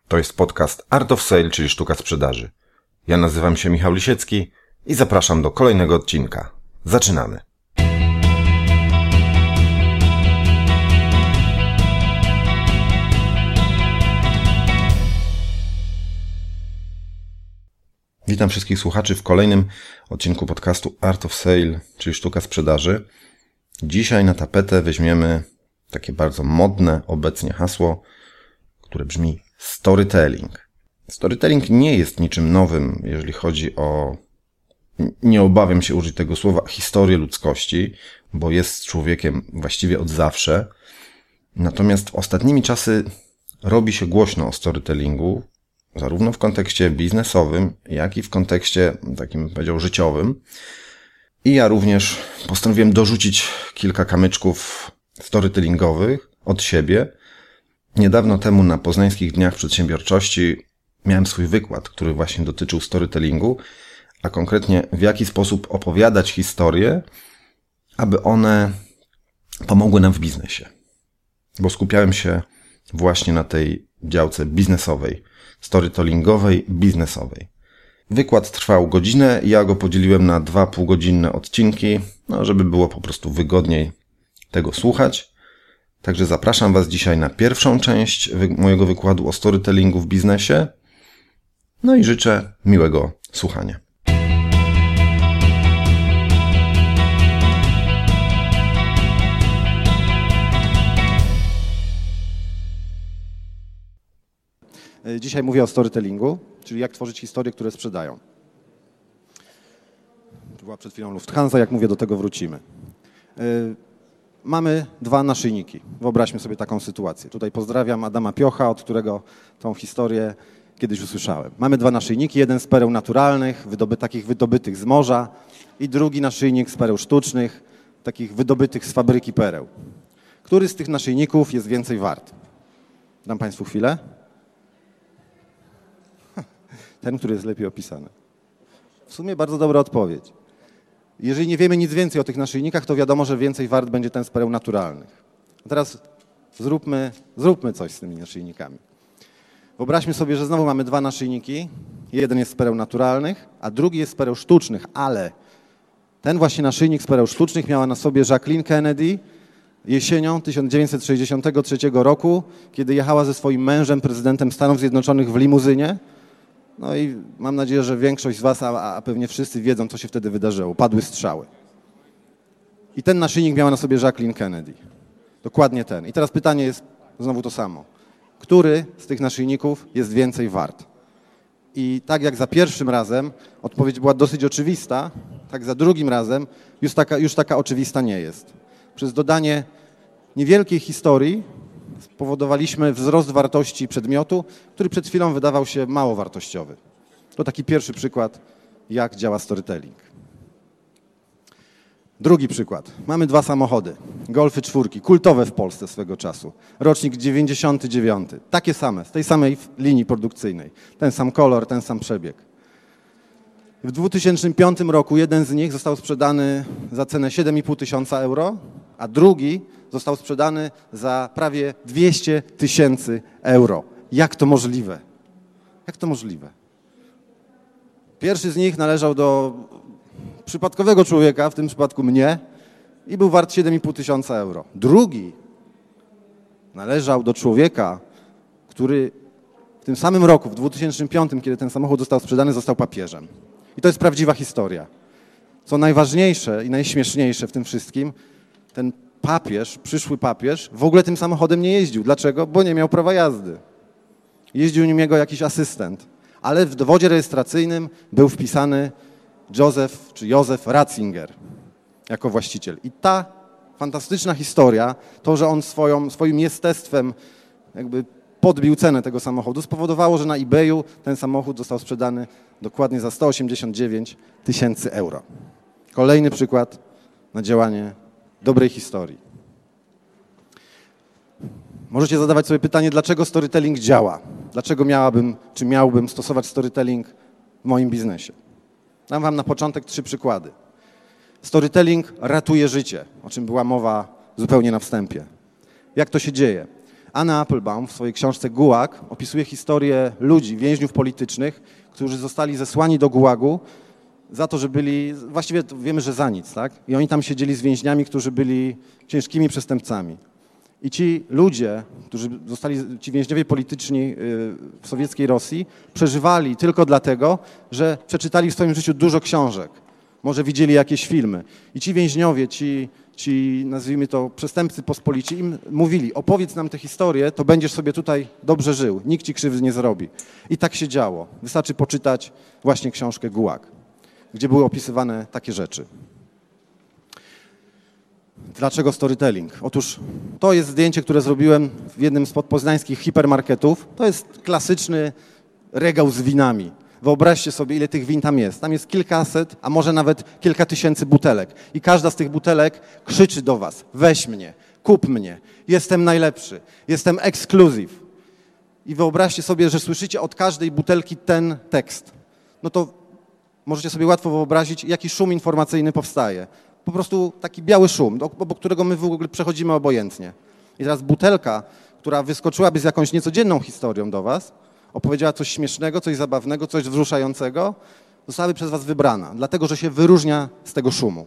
To jest podcast Art of Sale, czyli sztuka sprzedaży. Ja nazywam się Michał Lisiecki i zapraszam do kolejnego odcinka. Zaczynamy! Witam wszystkich słuchaczy w kolejnym odcinku podcastu Art of Sale, czyli sztuka sprzedaży. Dzisiaj na tapetę weźmiemy takie bardzo modne obecnie hasło, które brzmi storytelling. Storytelling nie jest niczym nowym, jeżeli chodzi o, nie obawiam się użyć tego słowa, historię ludzkości, bo jest z człowiekiem właściwie od zawsze. Natomiast ostatnimi czasy robi się głośno o storytellingu, zarówno w kontekście biznesowym, jak i w kontekście takim, powiedział, życiowym. I ja również postanowiłem dorzucić kilka kamyczków storytellingowych od siebie. Niedawno temu na Poznańskich Dniach Przedsiębiorczości miałem swój wykład, który właśnie dotyczył storytellingu, a konkretnie w jaki sposób opowiadać historie, aby one pomogły nam w biznesie. Bo skupiałem się właśnie na tej działce biznesowej, storytellingowej, biznesowej. Wykład trwał godzinę, ja go podzieliłem na 2 półgodzinne odcinki, żeby było po prostu wygodniej tego słuchać. Także zapraszam Was dzisiaj na pierwszą część mojego wykładu o storytellingu w biznesie. No i życzę miłego słuchania. Dzisiaj mówię o storytellingu, czyli jak tworzyć historie, które sprzedają. Była przed chwilą Lufthansa, jak mówię, do tego wrócimy. Mamy 2 naszyjniki. Wyobraźmy sobie taką sytuację. Tutaj pozdrawiam Adama Piocha, od którego tą historię kiedyś usłyszałem. Mamy 2 naszyjniki, jeden z pereł naturalnych, takich wydobytych z morza, i drugi naszyjnik z pereł sztucznych, takich wydobytych z fabryki pereł. Który z tych naszyjników jest więcej wart? Dam Państwu chwilę. Ten, który jest lepiej opisany. W sumie bardzo dobra odpowiedź. Jeżeli nie wiemy nic więcej o tych naszyjnikach, to wiadomo, że więcej wart będzie ten z pereł naturalnych. A teraz zróbmy coś z tymi naszyjnikami. Wyobraźmy sobie, że znowu mamy 2 naszyjniki. Jeden jest z pereł naturalnych, a drugi jest z pereł sztucznych, ale ten właśnie naszyjnik z pereł sztucznych miała na sobie Jacqueline Kennedy jesienią 1963 roku, kiedy jechała ze swoim mężem, prezydentem Stanów Zjednoczonych, w limuzynie. No i mam nadzieję, że większość z Was, a pewnie wszyscy wiedzą, co się wtedy wydarzyło. Padły strzały. I ten naszyjnik miała na sobie Jacqueline Kennedy. Dokładnie ten. I teraz pytanie jest znowu to samo. Który z tych naszyjników jest więcej wart? I tak jak za pierwszym razem odpowiedź była dosyć oczywista, tak za drugim razem już taka oczywista nie jest. Przez dodanie niewielkiej historii spowodowaliśmy wzrost wartości przedmiotu, który przed chwilą wydawał się mało wartościowy. To taki pierwszy przykład, jak działa storytelling. Drugi przykład. Mamy 2 samochody. Golfy 4, kultowe w Polsce swego czasu. Rocznik 99. Takie same, z tej samej linii produkcyjnej. Ten sam kolor, ten sam przebieg. W 2005 roku jeden z nich został sprzedany za cenę 7,5 tysiąca euro, a drugi został sprzedany za prawie 200 000 euro. Jak to możliwe? Jak to możliwe? Pierwszy z nich należał do przypadkowego człowieka, w tym przypadku mnie, i był wart 7,5 tysiąca euro. Drugi należał do człowieka, który w tym samym roku, w 2005, kiedy ten samochód został sprzedany, został papieżem. I to jest prawdziwa historia. Co najważniejsze i najśmieszniejsze w tym wszystkim, ten papież, przyszły papież, w ogóle tym samochodem nie jeździł. Dlaczego? Bo nie miał prawa jazdy. Jeździł nim jego jakiś asystent. Ale w dowodzie rejestracyjnym był wpisany Józef Ratzinger jako właściciel. I ta fantastyczna historia, to, że on swoim jestestwem jakby podbił cenę tego samochodu, spowodowało, że na eBayu ten samochód został sprzedany dokładnie za 189 000 euro. Kolejny przykład na działanie dobrej historii. Możecie zadawać sobie pytanie, dlaczego storytelling działa? Dlaczego miałbym stosować storytelling w moim biznesie? Dam Wam na początek 3 przykłady. Storytelling ratuje życie, o czym była mowa zupełnie na wstępie. Jak to się dzieje? Anna Applebaum w swojej książce Gułag opisuje historię ludzi, więźniów politycznych, którzy zostali zesłani do Gułagu za to, że byli, właściwie wiemy, że za nic, tak? I oni tam siedzieli z więźniami, którzy byli ciężkimi przestępcami. I ci ludzie, którzy zostali, ci więźniowie polityczni w sowieckiej Rosji, przeżywali tylko dlatego, że przeczytali w swoim życiu dużo książek, może widzieli jakieś filmy. I ci więźniowie, ci nazwijmy to przestępcy pospolici, im mówili, opowiedz nam tę historię, to będziesz sobie tutaj dobrze żył, nikt ci krzywdy nie zrobi. I tak się działo. Wystarczy poczytać właśnie książkę Gułag, gdzie były opisywane takie rzeczy. Dlaczego storytelling? Otóż to jest zdjęcie, które zrobiłem w jednym z podpoznańskich hipermarketów. To jest klasyczny regał z winami. Wyobraźcie sobie, ile tych win tam jest. Tam jest kilkaset, a może nawet kilka tysięcy butelek. I każda z tych butelek krzyczy do was, weź mnie, kup mnie, jestem najlepszy, jestem ekskluzyw. I wyobraźcie sobie, że słyszycie od każdej butelki ten tekst. No to możecie sobie łatwo wyobrazić, jaki szum informacyjny powstaje. Po prostu taki biały szum, obok którego my w ogóle przechodzimy obojętnie. I teraz butelka, która wyskoczyłaby z jakąś niecodzienną historią do was, opowiedziała coś śmiesznego, coś zabawnego, coś wzruszającego, zostałaby przez was wybrana, dlatego że się wyróżnia z tego szumu.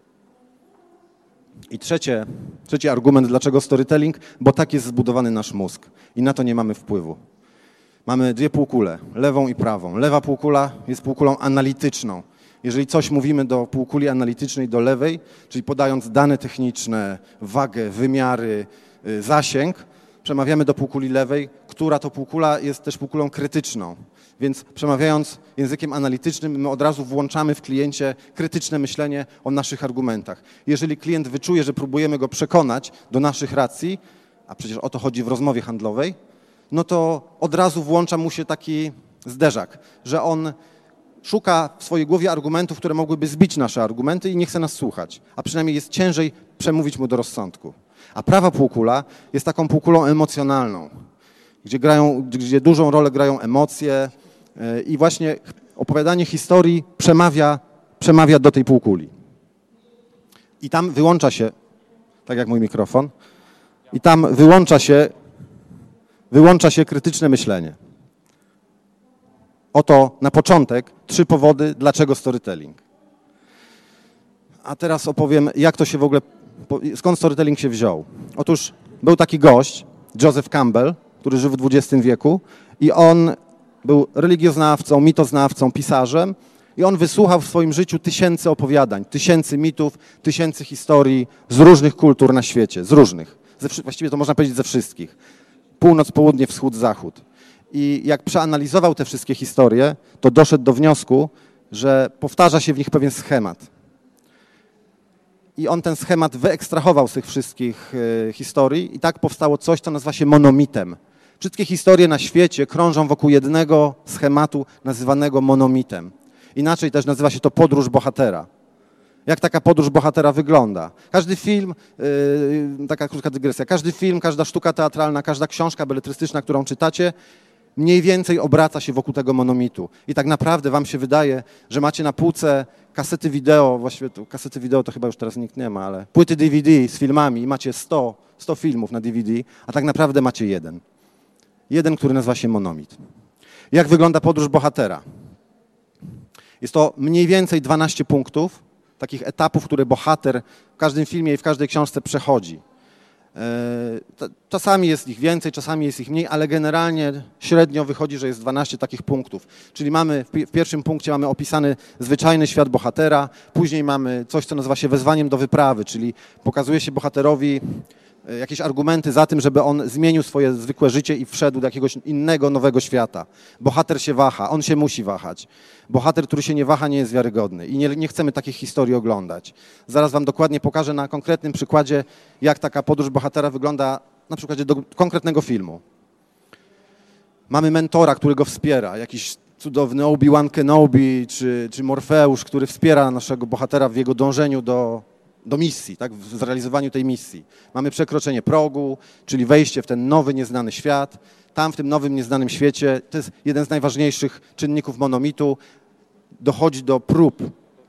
I trzeci argument, dlaczego storytelling, bo tak jest zbudowany nasz mózg i na to nie mamy wpływu. Mamy dwie półkule, lewą i prawą. Lewa półkula jest półkulą analityczną. Jeżeli coś mówimy do półkuli analitycznej, do lewej, czyli podając dane techniczne, wagę, wymiary, zasięg, przemawiamy do półkuli lewej, która to półkula jest też półkulą krytyczną. Więc przemawiając językiem analitycznym, my od razu włączamy w kliencie krytyczne myślenie o naszych argumentach. Jeżeli klient wyczuje, że próbujemy go przekonać do naszych racji, a przecież o to chodzi w rozmowie handlowej, no to od razu włącza mu się taki zderzak, że on szuka w swojej głowie argumentów, które mogłyby zbić nasze argumenty i nie chce nas słuchać, a przynajmniej jest ciężej przemówić mu do rozsądku. A prawa półkula jest taką półkulą emocjonalną, gdzie dużą rolę grają emocje i właśnie opowiadanie historii przemawia do tej półkuli. I tam wyłącza się, tak jak mój mikrofon, i tam wyłącza się krytyczne myślenie. Oto na początek 3 powody, dlaczego storytelling. A teraz opowiem, jak to się w ogóle, skąd storytelling się wziął. Otóż był taki gość, Joseph Campbell, który żył w XX wieku i on był religioznawcą, mitoznawcą, pisarzem i on wysłuchał w swoim życiu tysięcy opowiadań, tysięcy mitów, tysięcy historii z różnych kultur na świecie, z różnych. Właściwie to można powiedzieć ze wszystkich. Północ, południe, wschód, zachód. I jak przeanalizował te wszystkie historie, to doszedł do wniosku, że powtarza się w nich pewien schemat. I on ten schemat wyekstrahował z tych wszystkich historii i tak powstało coś, co nazywa się monomitem. Wszystkie historie na świecie krążą wokół jednego schematu nazywanego monomitem. Inaczej też nazywa się to podróż bohatera. Jak taka podróż bohatera wygląda? Każdy film, taka krótka dygresja, każdy film, każda sztuka teatralna, każda książka beletrystyczna, którą czytacie, mniej więcej obraca się wokół tego monomitu. I tak naprawdę wam się wydaje, że macie na półce kasety wideo, właściwie to kasety wideo to chyba już teraz nikt nie ma, ale płyty DVD z filmami i macie 100 filmów na DVD, a tak naprawdę macie jeden. Jeden, który nazywa się monomit. Jak wygląda podróż bohatera? Jest to mniej więcej 12 punktów, takich etapów, które bohater w każdym filmie i w każdej książce przechodzi. Czasami jest ich więcej, czasami jest ich mniej, ale generalnie średnio wychodzi, że jest 12 takich punktów. Czyli mamy w pierwszym punkcie mamy opisany zwyczajny świat bohatera, później mamy coś, co nazywa się wezwaniem do wyprawy, czyli pokazuje się bohaterowi jakieś argumenty za tym, żeby on zmienił swoje zwykłe życie i wszedł do jakiegoś innego, nowego świata. Bohater się waha, on się musi wahać. Bohater, który się nie waha, nie jest wiarygodny i nie chcemy takich historii oglądać. Zaraz wam dokładnie pokażę na konkretnym przykładzie, jak taka podróż bohatera wygląda na przykładzie do konkretnego filmu. Mamy mentora, który go wspiera, jakiś cudowny Obi-Wan Kenobi czy Morfeusz, który wspiera naszego bohatera w jego dążeniu do misji, tak, w zrealizowaniu tej misji. Mamy przekroczenie progu, czyli wejście w ten nowy, nieznany świat. Tam, w tym nowym, nieznanym świecie, to jest jeden z najważniejszych czynników monomitu, dochodzi do prób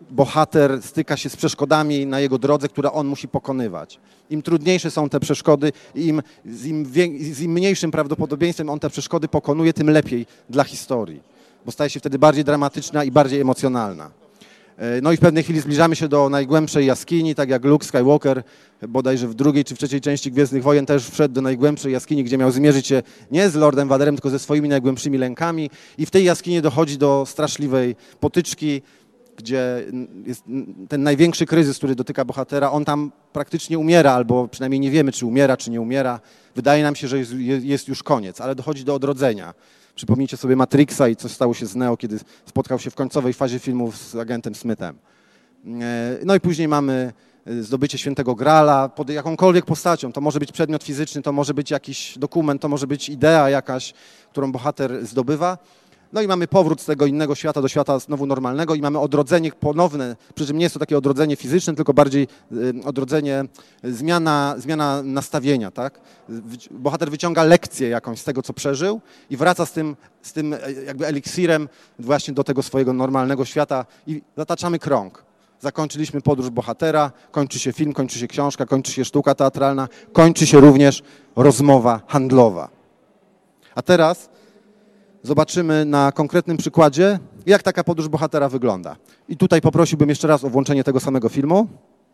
bohater styka się z przeszkodami na jego drodze, które on musi pokonywać. Im trudniejsze są te przeszkody, z im mniejszym prawdopodobieństwem on te przeszkody pokonuje, tym lepiej dla historii, bo staje się wtedy bardziej dramatyczna i bardziej emocjonalna. No i w pewnej chwili zbliżamy się do najgłębszej jaskini, tak jak Luke Skywalker, bodajże w drugiej czy w trzeciej części Gwiezdnych Wojen też wszedł do najgłębszej jaskini, gdzie miał zmierzyć się nie z Lordem Vaderem, tylko ze swoimi najgłębszymi lękami. I w tej jaskini dochodzi do straszliwej potyczki, gdzie jest ten największy kryzys, który dotyka bohatera. On tam praktycznie umiera, albo przynajmniej nie wiemy, czy umiera, czy nie umiera. Wydaje nam się, że jest już koniec, ale dochodzi do odrodzenia. Przypomnijcie sobie Matrixa i co stało się z Neo, kiedy spotkał się w końcowej fazie filmu z agentem Smithem. No i później mamy zdobycie Świętego Grala pod jakąkolwiek postacią. To może być przedmiot fizyczny, to może być jakiś dokument, to może być idea jakaś, którą bohater zdobywa. No i mamy powrót z tego innego świata do świata znowu normalnego i mamy odrodzenie ponowne, przy czym nie jest to takie odrodzenie fizyczne, tylko bardziej odrodzenie, zmiana nastawienia, tak? Bohater wyciąga lekcję jakąś z tego, co przeżył i wraca z tym jakby eliksirem właśnie do tego swojego normalnego świata i zataczamy krąg. Zakończyliśmy podróż bohatera, kończy się film, kończy się książka, kończy się sztuka teatralna, kończy się również rozmowa handlowa. A teraz zobaczymy na konkretnym przykładzie, jak taka podróż bohatera wygląda. I tutaj poprosiłbym jeszcze raz o włączenie tego samego filmu.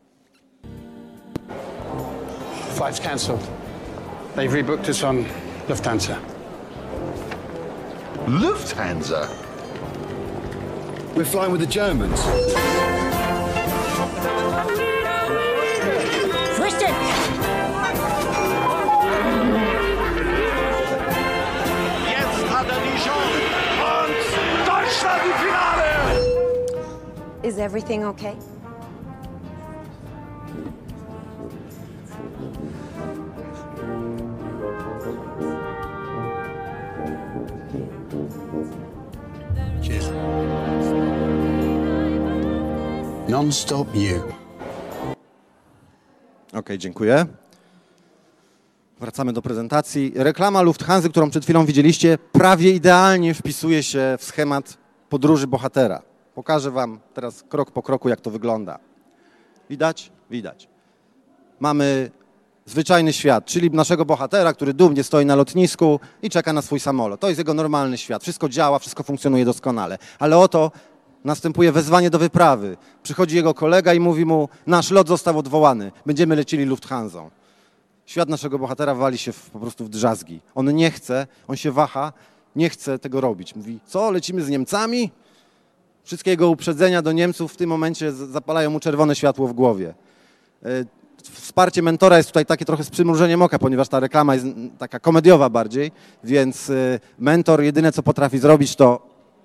Flight's cancelled. They've rebooked us on Lufthansa. Lufthansa? We're flying with the Germans. Frühstück! Jetzt hat er die Chance. Und Deutschland im Finale! Is everything okay? Cheers. Non-stop you. Okej, dziękuję. Wracamy do prezentacji. Reklama Lufthansa, którą przed chwilą widzieliście, prawie idealnie wpisuje się w schemat podróży bohatera. Pokażę wam teraz krok po kroku, jak to wygląda. Widać? Widać. Mamy zwyczajny świat, czyli naszego bohatera, który dumnie stoi na lotnisku i czeka na swój samolot. To jest jego normalny świat. Wszystko działa, wszystko funkcjonuje doskonale. Ale oto następuje wezwanie do wyprawy. Przychodzi jego kolega i mówi mu, nasz lot został odwołany, będziemy lecieli Lufthansą. Świat naszego bohatera wali się po prostu w drzazgi. On nie chce, on się waha, nie chce tego robić. Mówi, co, lecimy z Niemcami? Wszystkie jego uprzedzenia do Niemców w tym momencie zapalają mu czerwone światło w głowie. Wsparcie mentora jest tutaj takie trochę z przymrużeniem oka, ponieważ ta reklama jest taka komediowa bardziej, więc mentor jedyne co potrafi zrobić to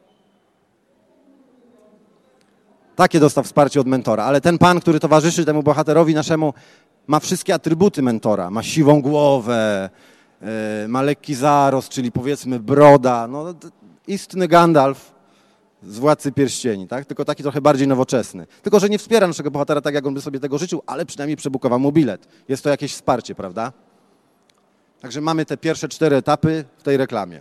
takie dostał wsparcie od mentora, ale ten pan, który towarzyszy temu bohaterowi naszemu, ma wszystkie atrybuty mentora. Ma siwą głowę, ma lekki zarost, czyli powiedzmy broda, no istny Gandalf z Władcy Pierścieni, tak? Tylko taki trochę bardziej nowoczesny. Tylko że nie wspiera naszego bohatera tak, jak on by sobie tego życzył, ale przynajmniej przebukował mu bilet. Jest to jakieś wsparcie, prawda? Także mamy te pierwsze 4 etapy w tej reklamie.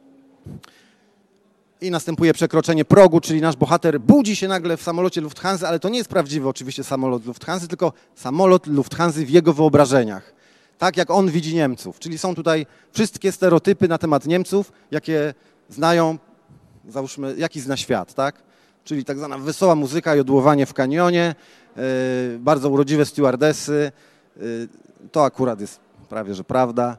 I następuje przekroczenie progu, czyli nasz bohater budzi się nagle w samolocie Lufthansa, ale to nie jest prawdziwy oczywiście samolot Lufthansa, tylko samolot Lufthansa w jego wyobrażeniach. Tak jak on widzi Niemców. Czyli są tutaj wszystkie stereotypy na temat Niemców, jakie znają, załóżmy, jaki zna świat, tak? Czyli tak zwana wesoła muzyka, jodłowanie w kanionie, bardzo urodziwe stewardesy, to akurat jest prawie że prawda.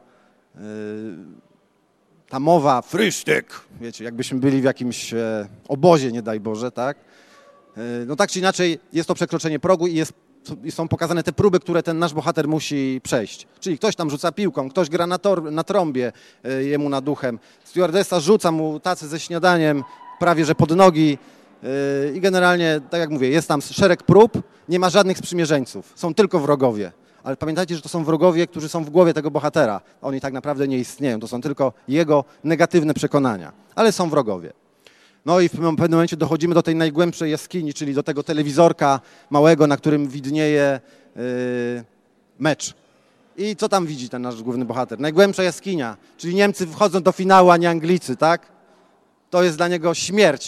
Ta mowa, Frühstück, wiecie, jakbyśmy byli w jakimś obozie, nie daj Boże, tak? No tak czy inaczej jest to przekroczenie progu i są pokazane te próby, które ten nasz bohater musi przejść. Czyli ktoś tam rzuca piłką, ktoś gra na trąbie jemu nad uchem, stewardessa rzuca mu tacę ze śniadaniem prawie że pod nogi i generalnie, tak jak mówię, jest tam szereg prób, nie ma żadnych sprzymierzeńców, są tylko wrogowie. Ale pamiętajcie, że to są wrogowie, którzy są w głowie tego bohatera. Oni tak naprawdę nie istnieją, to są tylko jego negatywne przekonania, ale są wrogowie. No i w pewnym momencie dochodzimy do tej najgłębszej jaskini, czyli do tego telewizorka małego, na którym widnieje mecz. I co tam widzi ten nasz główny bohater? Najgłębsza jaskinia, czyli Niemcy wchodzą do finału, a nie Anglicy, tak? To jest dla niego śmierć.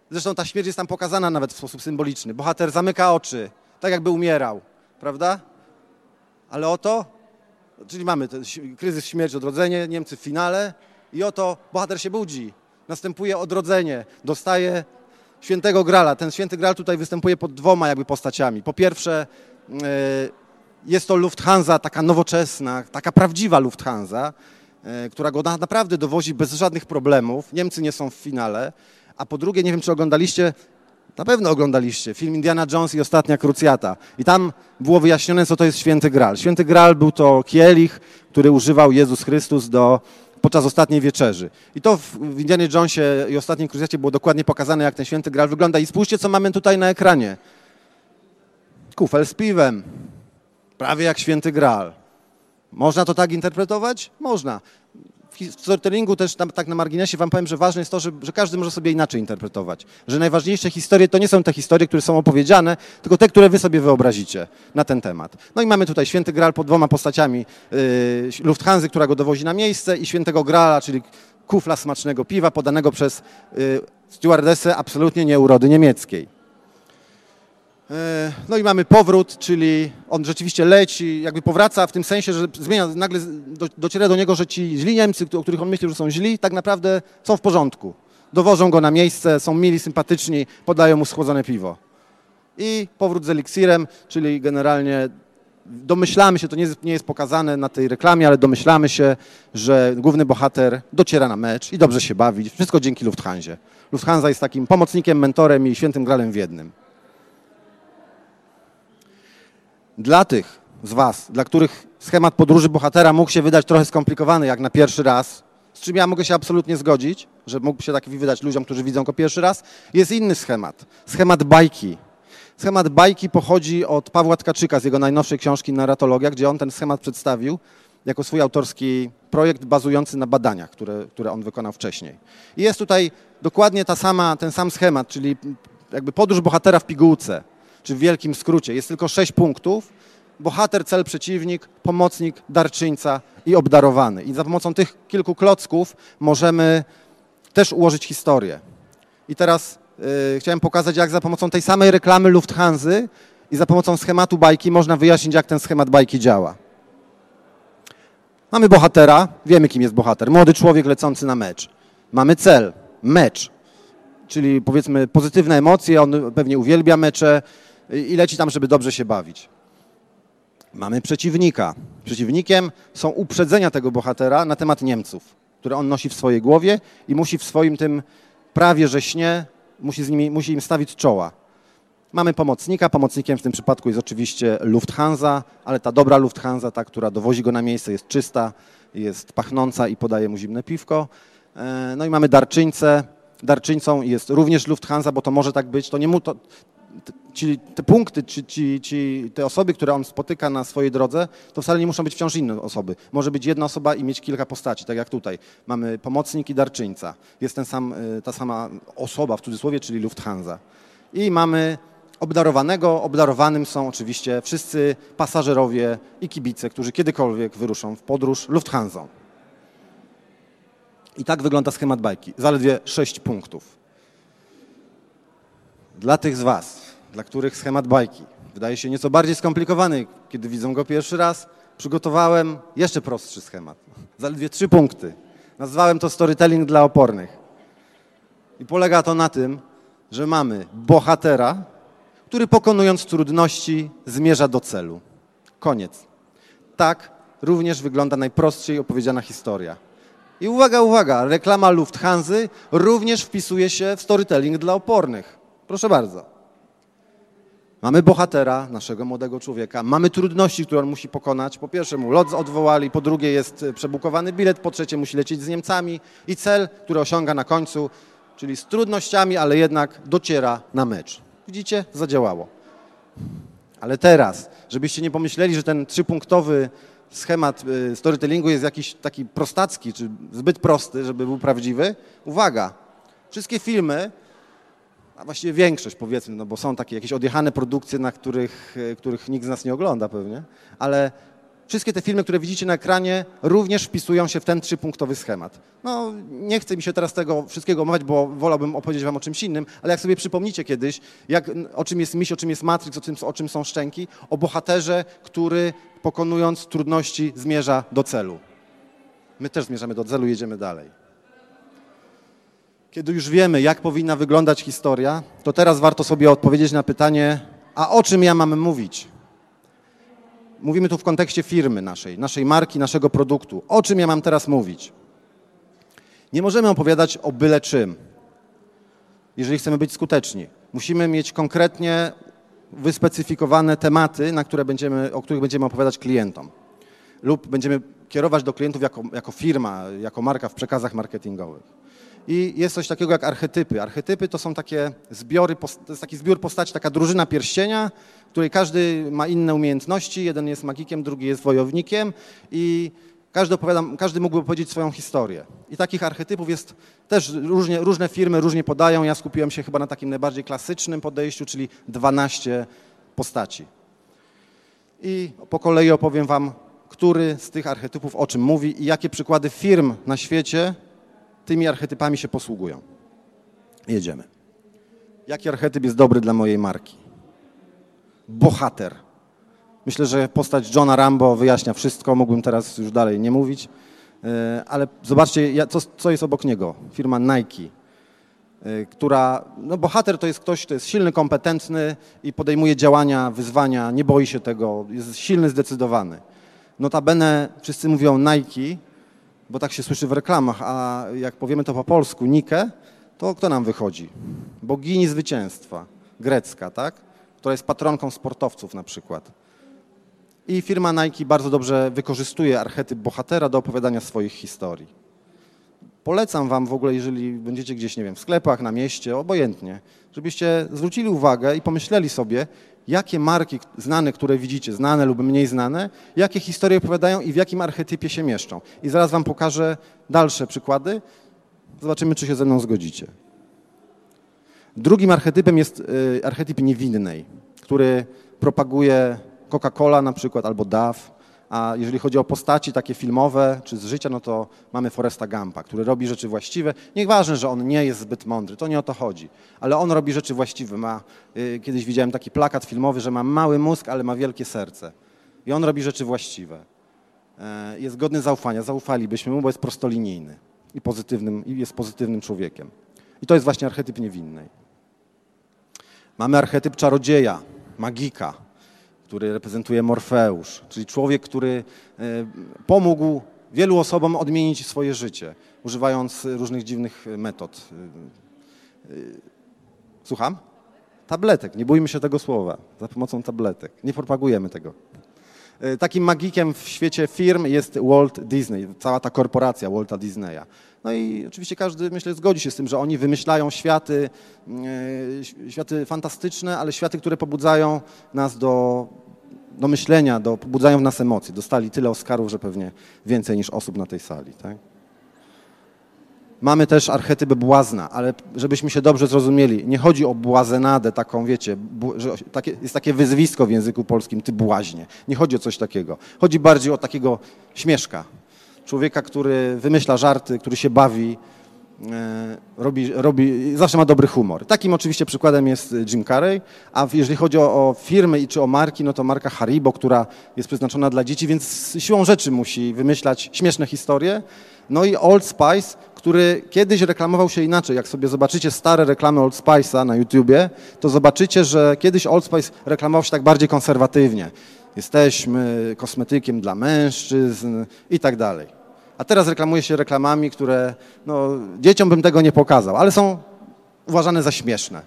Zresztą ta śmierć jest tam pokazana nawet w sposób symboliczny. Bohater zamyka oczy, tak jakby umierał, prawda? Ale oto, czyli mamy ten kryzys, śmierć, odrodzenie, Niemcy w finale i oto bohater się budzi. Następuje odrodzenie, dostaje świętego Grala. Ten święty Gral tutaj występuje pod dwoma jakby postaciami. Po pierwsze jest to Lufthansa, taka nowoczesna, taka prawdziwa Lufthansa, która go naprawdę dowozi bez żadnych problemów. Niemcy nie są w finale. A po drugie, nie wiem czy oglądaliście, na pewno oglądaliście film Indiana Jones i Ostatnia Krucjata. I tam było wyjaśnione, co to jest święty Gral. Święty Gral był to kielich, który używał Jezus Chrystus podczas ostatniej wieczerzy. I to w Indianie Jonesie i Ostatniej Krucjacie było dokładnie pokazane, jak ten święty Gral wygląda. I spójrzcie, co mamy tutaj na ekranie. Kufel z piwem. Prawie jak święty Gral. Można to tak interpretować? Można. W storytellingu też tak na marginesie wam powiem, że ważne jest to, że każdy może sobie inaczej interpretować. Że najważniejsze historie to nie są te historie, które są opowiedziane, tylko te, które wy sobie wyobrazicie na ten temat. No i mamy tutaj święty Gral pod dwoma postaciami Lufthansy, która go dowozi na miejsce i świętego Grala, czyli kufla smacznego piwa podanego przez stewardessę absolutnie nie urody niemieckiej. No i mamy powrót, czyli on rzeczywiście leci, jakby powraca w tym sensie, że nagle dociera do niego, że ci źli Niemcy, o których on myśli, że są źli, tak naprawdę są w porządku. Dowożą go na miejsce, są mili, sympatyczni, podają mu schłodzone piwo. I powrót z eliksirem, czyli generalnie domyślamy się, to nie jest pokazane na tej reklamie, ale domyślamy się, że główny bohater dociera na mecz i dobrze się bawi. Wszystko dzięki Lufthansie. Lufthansa jest takim pomocnikiem, mentorem i świętym Gralem w jednym. Dla tych z was, dla których schemat podróży bohatera mógł się wydać trochę skomplikowany jak na pierwszy raz, z czym ja mogę się absolutnie zgodzić, że mógł się taki wydać ludziom, którzy widzą go pierwszy raz, jest inny schemat. Schemat bajki. Schemat bajki pochodzi od Pawła Tkaczyka z jego najnowszej książki Narratologia, gdzie on ten schemat przedstawił jako swój autorski projekt bazujący na badaniach, które on wykonał wcześniej. I jest tutaj dokładnie ten sam schemat, czyli jakby podróż bohatera w pigułce, czy w wielkim skrócie. Jest tylko 6 punktów. Bohater, cel, przeciwnik, pomocnik, darczyńca i obdarowany. I za pomocą tych kilku klocków możemy też ułożyć historię. I teraz chciałem pokazać, jak za pomocą tej samej reklamy Lufthansy i za pomocą schematu bajki można wyjaśnić, jak ten schemat bajki działa. Mamy bohatera, wiemy, kim jest bohater. Młody człowiek lecący na mecz. Mamy cel, mecz, czyli powiedzmy pozytywne emocje, on pewnie uwielbia mecze i leci tam, żeby dobrze się bawić. Mamy przeciwnika. Przeciwnikiem są uprzedzenia tego bohatera na temat Niemców, które on nosi w swojej głowie i musi w swoim tym prawie że śnie, musi im stawić czoła. Mamy pomocnika. Pomocnikiem w tym przypadku jest oczywiście Lufthansa, ale ta dobra Lufthansa, ta, która dowozi go na miejsce, jest czysta, jest pachnąca i podaje mu zimne piwko. No i mamy darczyńcę. Darczyńcą jest również Lufthansa, bo to może tak być. To nie mu to, Czyli te punkty, te osoby, które on spotyka na swojej drodze, to wcale nie muszą być wciąż inne osoby. Może być jedna osoba i mieć kilka postaci, tak jak tutaj. Mamy pomocnik i darczyńca. Jest ta sama osoba, w cudzysłowie, czyli Lufthansa. I mamy obdarowanego. Obdarowanym są oczywiście wszyscy pasażerowie i kibice, którzy kiedykolwiek wyruszą w podróż Lufthansą. I tak wygląda schemat bajki. Zaledwie 6 punktów. Dla tych z was, dla których schemat bajki wydaje się nieco bardziej skomplikowany, kiedy widzą go pierwszy raz, przygotowałem jeszcze prostszy schemat. Zaledwie 3 punkty. Nazwałem to storytelling dla opornych. I polega to na tym, że mamy bohatera, który pokonując trudności zmierza do celu. Koniec. Tak również wygląda najprościej opowiedziana historia. I uwaga, uwaga, reklama Lufthansy również wpisuje się w storytelling dla opornych. Proszę bardzo. Mamy bohatera, naszego młodego człowieka, mamy trudności, które on musi pokonać. Po pierwsze mu lot odwołali, po drugie jest przebukowany bilet, po trzecie musi lecieć z Niemcami i cel, który osiąga na końcu, czyli z trudnościami, ale jednak dociera na mecz. Widzicie? Zadziałało. Ale teraz, żebyście nie pomyśleli, że ten 3-punktowy schemat storytellingu jest jakiś taki prostacki, czy zbyt prosty, żeby był prawdziwy, uwaga, wszystkie filmy, a właściwie większość powiedzmy, no bo są takie jakieś odjechane produkcje, na których nikt z nas nie ogląda pewnie, ale Wszystkie te filmy, które widzicie na ekranie, również wpisują się w ten 3-punktowy schemat. No, nie chcę mi się teraz tego wszystkiego omawiać, bo wolałbym opowiedzieć wam o czymś innym, ale jak sobie przypomnicie kiedyś, o czym jest Miś, o czym jest Matrix, o czym są Szczęki, o bohaterze, który pokonując trudności zmierza do celu. My też zmierzamy do celu, jedziemy dalej. Kiedy już wiemy, jak powinna wyglądać historia, to teraz warto sobie odpowiedzieć na pytanie, a o czym ja mam mówić? Mówimy tu w kontekście firmy naszej marki, naszego produktu. O czym ja mam teraz mówić? Nie możemy opowiadać o byle czym, jeżeli chcemy być skuteczni. Musimy mieć konkretnie wyspecyfikowane tematy, o których będziemy opowiadać klientom. Lub będziemy kierować do klientów jako firma, jako marka w przekazach marketingowych. I jest coś takiego jak archetypy. Archetypy to są takie zbiory, to jest taki zbiór postaci, taka drużyna pierścienia, w której każdy ma inne umiejętności. Jeden jest magikiem, drugi jest wojownikiem i każdy mógłby powiedzieć swoją historię. I takich archetypów jest też różne firmy różnie podają. Ja skupiłem się chyba na takim najbardziej klasycznym podejściu, czyli 12 postaci. I po kolei opowiem wam, który z tych archetypów o czym mówi i jakie przykłady firm na świecie tymi archetypami się posługują. Jedziemy. Jaki archetyp jest dobry dla mojej marki? Bohater. Myślę, że postać Johna Rambo wyjaśnia wszystko, mógłbym teraz już dalej nie mówić, ale zobaczcie, co jest obok niego. Firma Nike, która, bohater to jest ktoś, kto jest silny, kompetentny i podejmuje działania, wyzwania, nie boi się tego, jest silny, zdecydowany. Notabene wszyscy mówią Nike, bo tak się słyszy w reklamach, a jak powiemy to po polsku, Nike, to kto nam wychodzi? Bogini zwycięstwa, grecka, tak? Która jest patronką sportowców na przykład. I firma Nike bardzo dobrze wykorzystuje archetyp bohatera do opowiadania swoich historii. Polecam wam w ogóle, jeżeli będziecie gdzieś, nie wiem, w sklepach, na mieście, obojętnie, żebyście zwrócili uwagę i pomyśleli sobie, jakie marki znane, które widzicie, znane lub mniej znane, jakie historie opowiadają i w jakim archetypie się mieszczą. I zaraz wam pokażę dalsze przykłady. Zobaczymy, czy się ze mną zgodzicie. Drugim archetypem jest archetyp niewinnej, który propaguje Coca-Cola na przykład albo Dove. A jeżeli chodzi o postaci takie filmowe czy z życia, no to mamy Forresta Gumpa, który robi rzeczy właściwe. Nieważne, że on nie jest zbyt mądry, to nie o to chodzi, ale on robi rzeczy właściwe. Kiedyś widziałem taki plakat filmowy, że ma mały mózg, ale ma wielkie serce. I on robi rzeczy właściwe. Jest godny zaufania, zaufalibyśmy mu, bo jest prostolinijny i jest pozytywnym człowiekiem. I to jest właśnie archetyp niewinnej. Mamy archetyp czarodzieja, magika, który reprezentuje Morfeusz, czyli człowiek, który pomógł wielu osobom odmienić swoje życie, używając różnych dziwnych metod. Słucham? Tabletek, nie bójmy się tego słowa, za pomocą tabletek, nie propagujemy tego. Takim magikiem w świecie firm jest Walt Disney, cała ta korporacja Walta Disneya. No i oczywiście każdy, myślę, zgodzi się z tym, że oni wymyślają światy fantastyczne, ale światy, które pobudzają nas do myślenia, pobudzają w nas emocje. Dostali tyle Oscarów, że pewnie więcej niż osób na tej sali. Tak? Mamy też archetyp błazna, ale żebyśmy się dobrze zrozumieli, nie chodzi o błazenadę taką, wiecie, że jest takie wyzwisko w języku polskim, ty błaźnie. Nie chodzi o coś takiego. Chodzi bardziej o takiego śmieszka. Człowieka, który wymyśla żarty, który się bawi, zawsze ma dobry humor. Takim oczywiście przykładem jest Jim Carrey, a jeżeli chodzi o firmy czy o marki, no to marka Haribo, która jest przeznaczona dla dzieci, więc siłą rzeczy musi wymyślać śmieszne historie. No i Old Spice, który kiedyś reklamował się inaczej. Jak sobie zobaczycie stare reklamy Old Spice'a na YouTubie, to zobaczycie, że kiedyś Old Spice reklamował się tak bardziej konserwatywnie. Jesteśmy kosmetykiem dla mężczyzn i tak dalej. A teraz reklamuje się reklamami, które dzieciom bym tego nie pokazał, ale są uważane za śmieszne.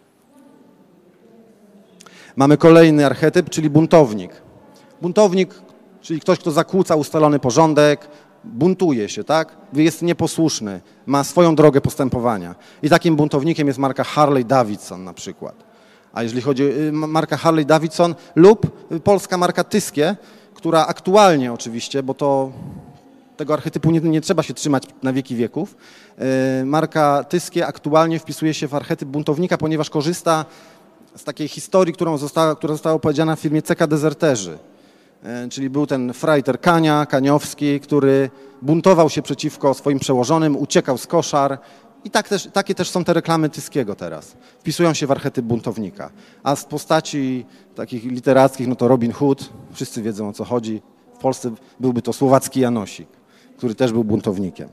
Mamy kolejny archetyp, czyli buntownik. Buntownik, czyli ktoś, kto zakłóca ustalony porządek, buntuje się, tak? Jest nieposłuszny, ma swoją drogę postępowania. I takim buntownikiem jest marka Harley Davidson na przykład. A jeżeli chodzi o markę Harley Davidson lub polska marka Tyskie, która aktualnie oczywiście, bo tego archetypu nie trzeba się trzymać na wieki wieków. Marka Tyskie aktualnie wpisuje się w archetyp buntownika, ponieważ korzysta z takiej historii, która została opowiedziana w filmie CK Dezerterzy. czyli był ten frajter Kania, Kaniowski, który buntował się przeciwko swoim przełożonym, uciekał z koszar. I takie też są te reklamy Tyskiego teraz. Wpisują się w archetyp buntownika. A z postaci takich literackich, no to Robin Hood, wszyscy wiedzą, o co chodzi. W Polsce byłby to słowacki Janosik, który też był buntownikiem.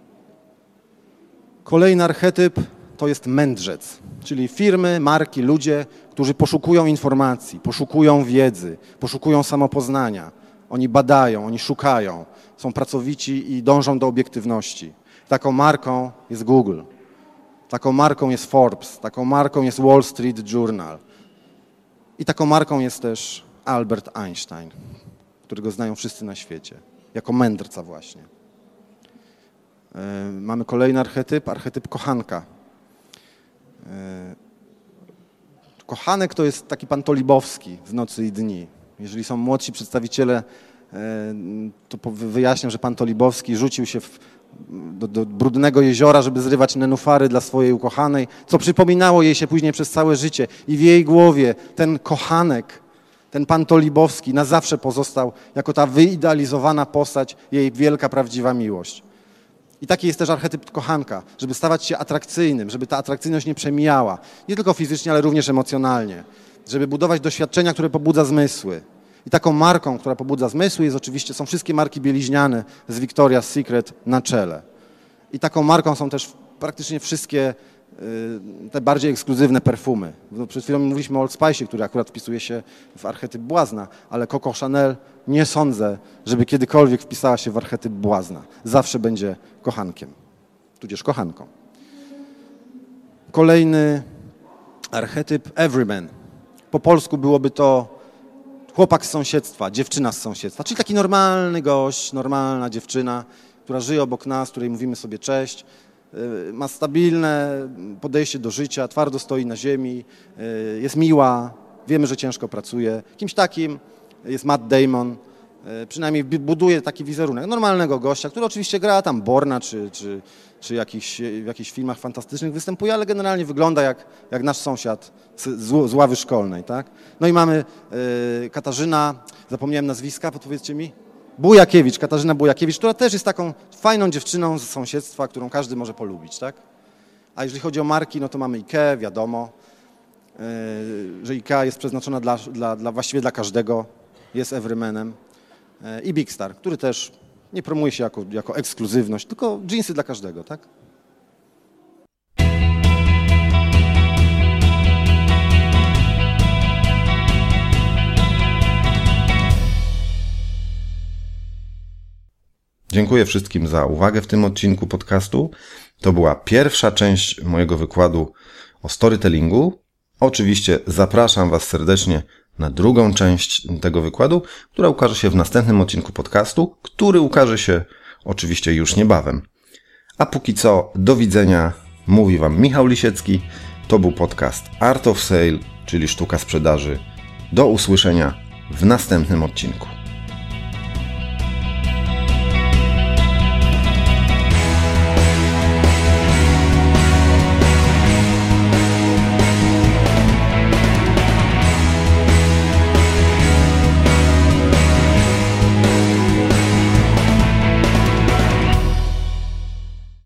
Kolejny archetyp to jest mędrzec, czyli firmy, marki, ludzie, którzy poszukują informacji, poszukują wiedzy, poszukują samopoznania. Oni badają, oni szukają, są pracowici i dążą do obiektywności. Taką marką jest Google, taką marką jest Forbes, taką marką jest Wall Street Journal i taką marką jest też Albert Einstein, którego znają wszyscy na świecie, jako mędrca właśnie. Mamy kolejny archetyp kochanka. Kochanek to jest taki pan Tolibowski z Nocy i Dni. Jeżeli są młodsi przedstawiciele, to wyjaśniam, że pan Tolibowski rzucił się do brudnego jeziora, żeby zrywać nenufary dla swojej ukochanej, co przypominało jej się później przez całe życie. I w jej głowie ten kochanek, ten pan Tolibowski na zawsze pozostał jako ta wyidealizowana postać, jej wielka, prawdziwa miłość. I taki jest też archetyp kochanka, żeby stawać się atrakcyjnym, żeby ta atrakcyjność nie przemijała, nie tylko fizycznie, ale również emocjonalnie, żeby budować doświadczenia, które pobudza zmysły. I taką marką, która pobudza zmysły, są wszystkie marki bieliźniane z Victoria's Secret na czele. I taką marką są też praktycznie wszystkie te bardziej ekskluzywne perfumy. Przed chwilą mówiliśmy o Old Spice, który akurat wpisuje się w archetyp błazna, ale Coco Chanel nie sądzę, żeby kiedykolwiek wpisała się w archetyp błazna. Zawsze będzie kochankiem, tudzież kochanką. Kolejny archetyp everyman. Po polsku byłoby to chłopak z sąsiedztwa, dziewczyna z sąsiedztwa, czyli taki normalny gość, normalna dziewczyna, która żyje obok nas, której mówimy sobie cześć, ma stabilne podejście do życia, twardo stoi na ziemi, jest miła, wiemy, że ciężko pracuje. Kimś takim jest Matt Damon, przynajmniej buduje taki wizerunek normalnego gościa, który oczywiście gra tam Borna czy w jakichś filmach fantastycznych występuje, ale generalnie wygląda jak nasz sąsiad z ławy szkolnej, tak? No i mamy Katarzyna, zapomniałem nazwiska, podpowiedzcie mi? Katarzyna Bujakiewicz, która też jest taką fajną dziewczyną z sąsiedztwa, którą każdy może polubić, tak? A jeżeli chodzi o marki, no to mamy IKEA, wiadomo, że IKEA jest przeznaczona właściwie dla każdego, jest everymanem. I Big Star, który też nie promuje się jako ekskluzywność, tylko dżinsy dla każdego, tak? Dziękuję wszystkim za uwagę w tym odcinku podcastu. To była pierwsza część mojego wykładu o storytellingu. Oczywiście zapraszam Was serdecznie na drugą część tego wykładu, która ukaże się w następnym odcinku podcastu, który ukaże się oczywiście już niebawem. A póki co, do widzenia, mówi Wam Michał Lisiecki. To był podcast Art of Sale, czyli sztuka sprzedaży. Do usłyszenia w następnym odcinku.